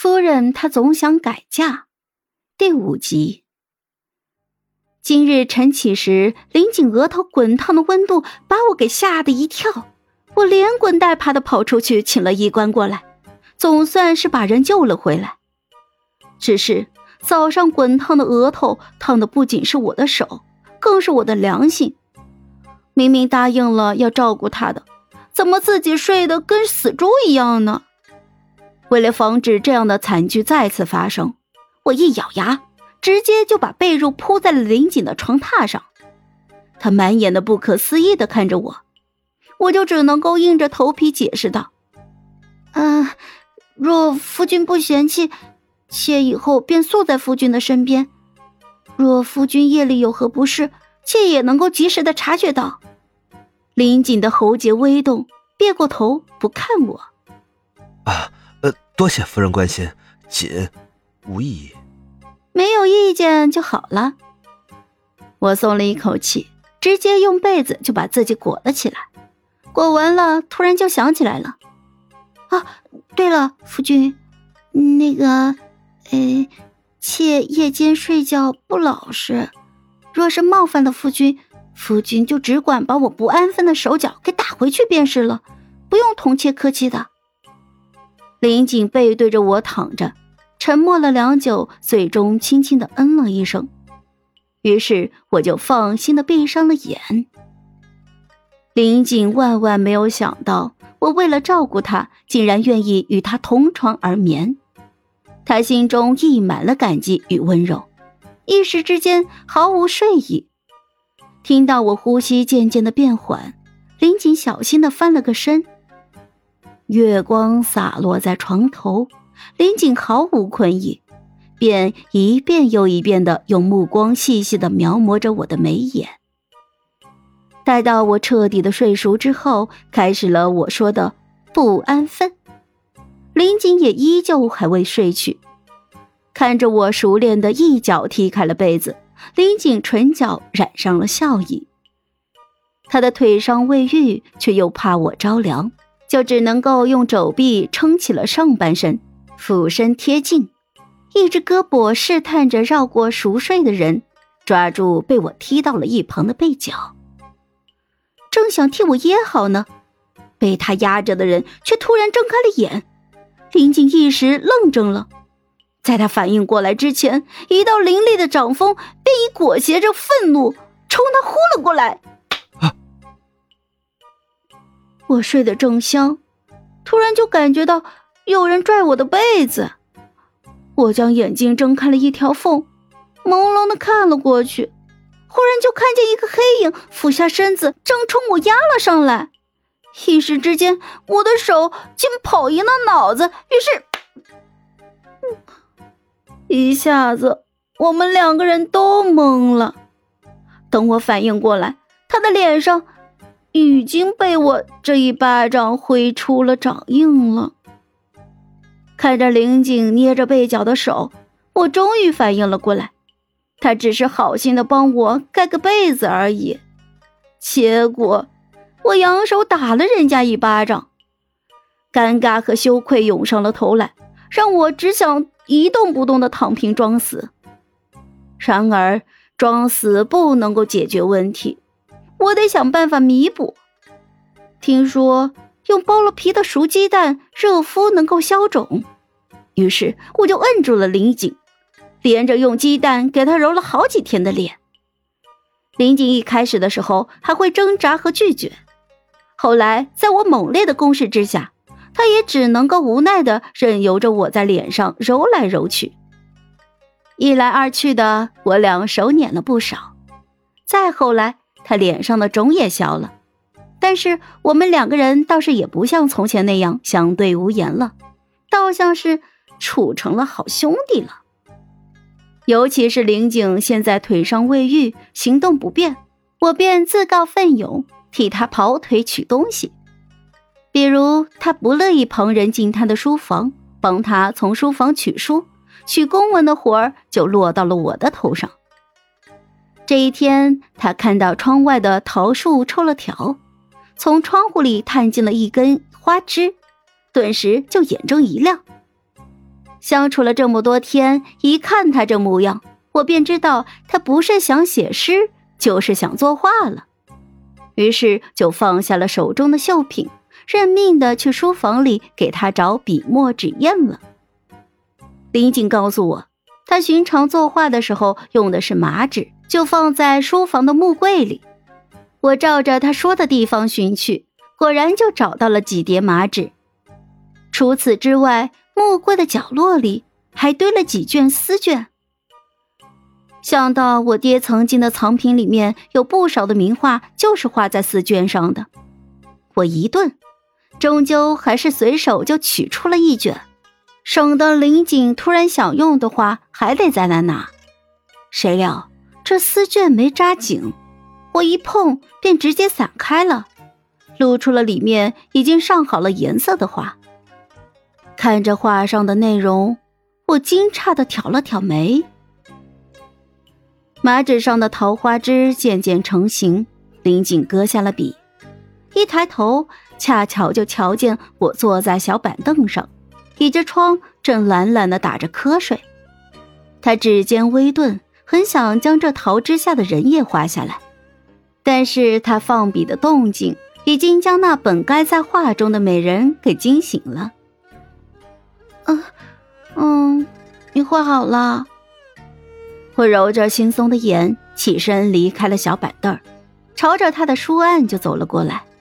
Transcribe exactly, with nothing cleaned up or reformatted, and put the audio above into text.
夫人她总想改嫁。第五集。今日晨起时，林景额头滚烫的温度把我给吓得一跳，我连滚带爬地跑出去请了医官过来，总算是把人救了回来。只是早上滚烫的额头烫的不仅是我的手，更是我的良心。明明答应了要照顾他的，怎么自己睡得跟死猪一样呢？为了防止这样的惨剧再次发生，我一咬牙，直接就把被褥铺在了林锦的床榻上。他满眼的不可思议地看着我，我就只能够硬着头皮解释道：嗯、呃，若夫君不嫌弃，妾以后便宿在夫君的身边，若夫君夜里有何不适，妾也能够及时地察觉到。林锦的喉结微动，别过头不看我。 啊，呃，多谢夫人关心，锦无异议。 没有意见就好了。我松了一口气，直接用被子就把自己裹了起来。裹完了，突然就想起来了。啊，对了，夫君，那个，呃，妾夜间睡觉不老实，若是冒犯了夫君，夫君就只管把我不安分的手脚给打回去便是了，不用同妾客气的。林锦背对着我躺着，沉默了良久，最终轻轻地嗯了一声。于是我就放心地闭上了眼。林锦万万没有想到，我为了照顾他，竟然愿意与他同床而眠。他心中溢满了感激与温柔，一时之间毫无睡意。听到我呼吸渐渐的变缓，林锦小心地翻了个身。月光洒落在床头，林锦毫无困意，便一遍又一遍地用目光细细地描摹着我的眉眼。待到我彻底的睡熟之后，开始了我说的不安分。林锦也依旧还未睡去，看着我熟练地一脚踢开了被子，林锦唇角染上了笑意。他的腿伤未愈，却又怕我着凉，就只能够用肘臂撑起了上半身，俯身贴近，一只胳膊试探着绕过熟睡的人，抓住被我踢到了一旁的被角。正想替我掖好呢，被他压着的人却突然睁开了眼。林锦一时愣怔了，在他反应过来之前，一道凌厉的掌风便已裹挟着愤怒冲他呼了过来。 啊！ 我睡得正香，突然就感觉到有人拽我的被子。我将眼睛睁开了一条缝，朦胧地看了过去，忽然就看见一个黑影俯下身子，正冲我压了上来。一时之间，我的手竟跑赢了脑子，于是、嗯、一下子我们两个人都懵了。等我反应过来，他的脸上已经被我这一巴掌挥出了掌印了。看着林锦捏着被角的手，我终于反应了过来，他只是好心的帮我盖个被子而已，结果我扬手打了人家一巴掌。尴尬和羞愧涌上了头来，让我只想一动不动地躺平装死。然而装死不能够解决问题，我得想办法弥补。听说用剥了皮的熟鸡蛋热敷能够消肿，于是我就摁住了林锦，连着用鸡蛋给他揉了好几天的脸。林锦一开始的时候还会挣扎和拒绝，后来在我猛烈的攻势之下，他也只能够无奈地任由着我在脸上揉来揉去。一来二去的，我俩手捻了不少。再后来，他脸上的肿也消了，但是我们两个人倒是也不像从前那样相对无言了，倒像是处成了好兄弟了。尤其是林景现在腿伤未愈，行动不便，我便自告奋勇替他跑腿取东西。比如他不乐意旁人进他的书房，帮他从书房取书，取公文的活儿就落到了我的头上。这一天，他看到窗外的桃树抽了条，从窗户里探进了一根花枝，顿时就眼睁一亮。 相处了这么多天，一看他这模样，我便知道他不是想写诗，就是想作画了。于是就放下了手中的绣品，认命的去书房里给他找笔墨纸砚了。林景告诉我，他寻常作画的时候用的是麻纸，就放在书房的木柜里。我照着他说的地方寻去，果然就找到了几叠麻纸。除此之外，木柜的角落里还堆了几卷丝卷。想到我爹曾经的藏品里面有不少的名画就是画在丝卷上的，我一顿，终究还是随手就取出了一卷，省得林景突然想用的话还得再来拿。谁料这丝卷没扎紧，我一碰便直接散开了，露出了里面已经上好了颜色的画。看着画上的内容，我惊诧地挑了挑眉。麻纸上的桃花枝渐渐成型，林景搁下了笔，一抬头恰巧就瞧见我坐在小板凳上，倚着窗正懒懒地打着瞌睡。他指尖微顿，很想将这桃枝下的人也画下来，但是他放笔的动静已经将那本该在画中的美人给惊醒了。嗯嗯，你画好了。我揉着惺忪的眼，起身离开了小板凳，朝着他的书案就走了过来。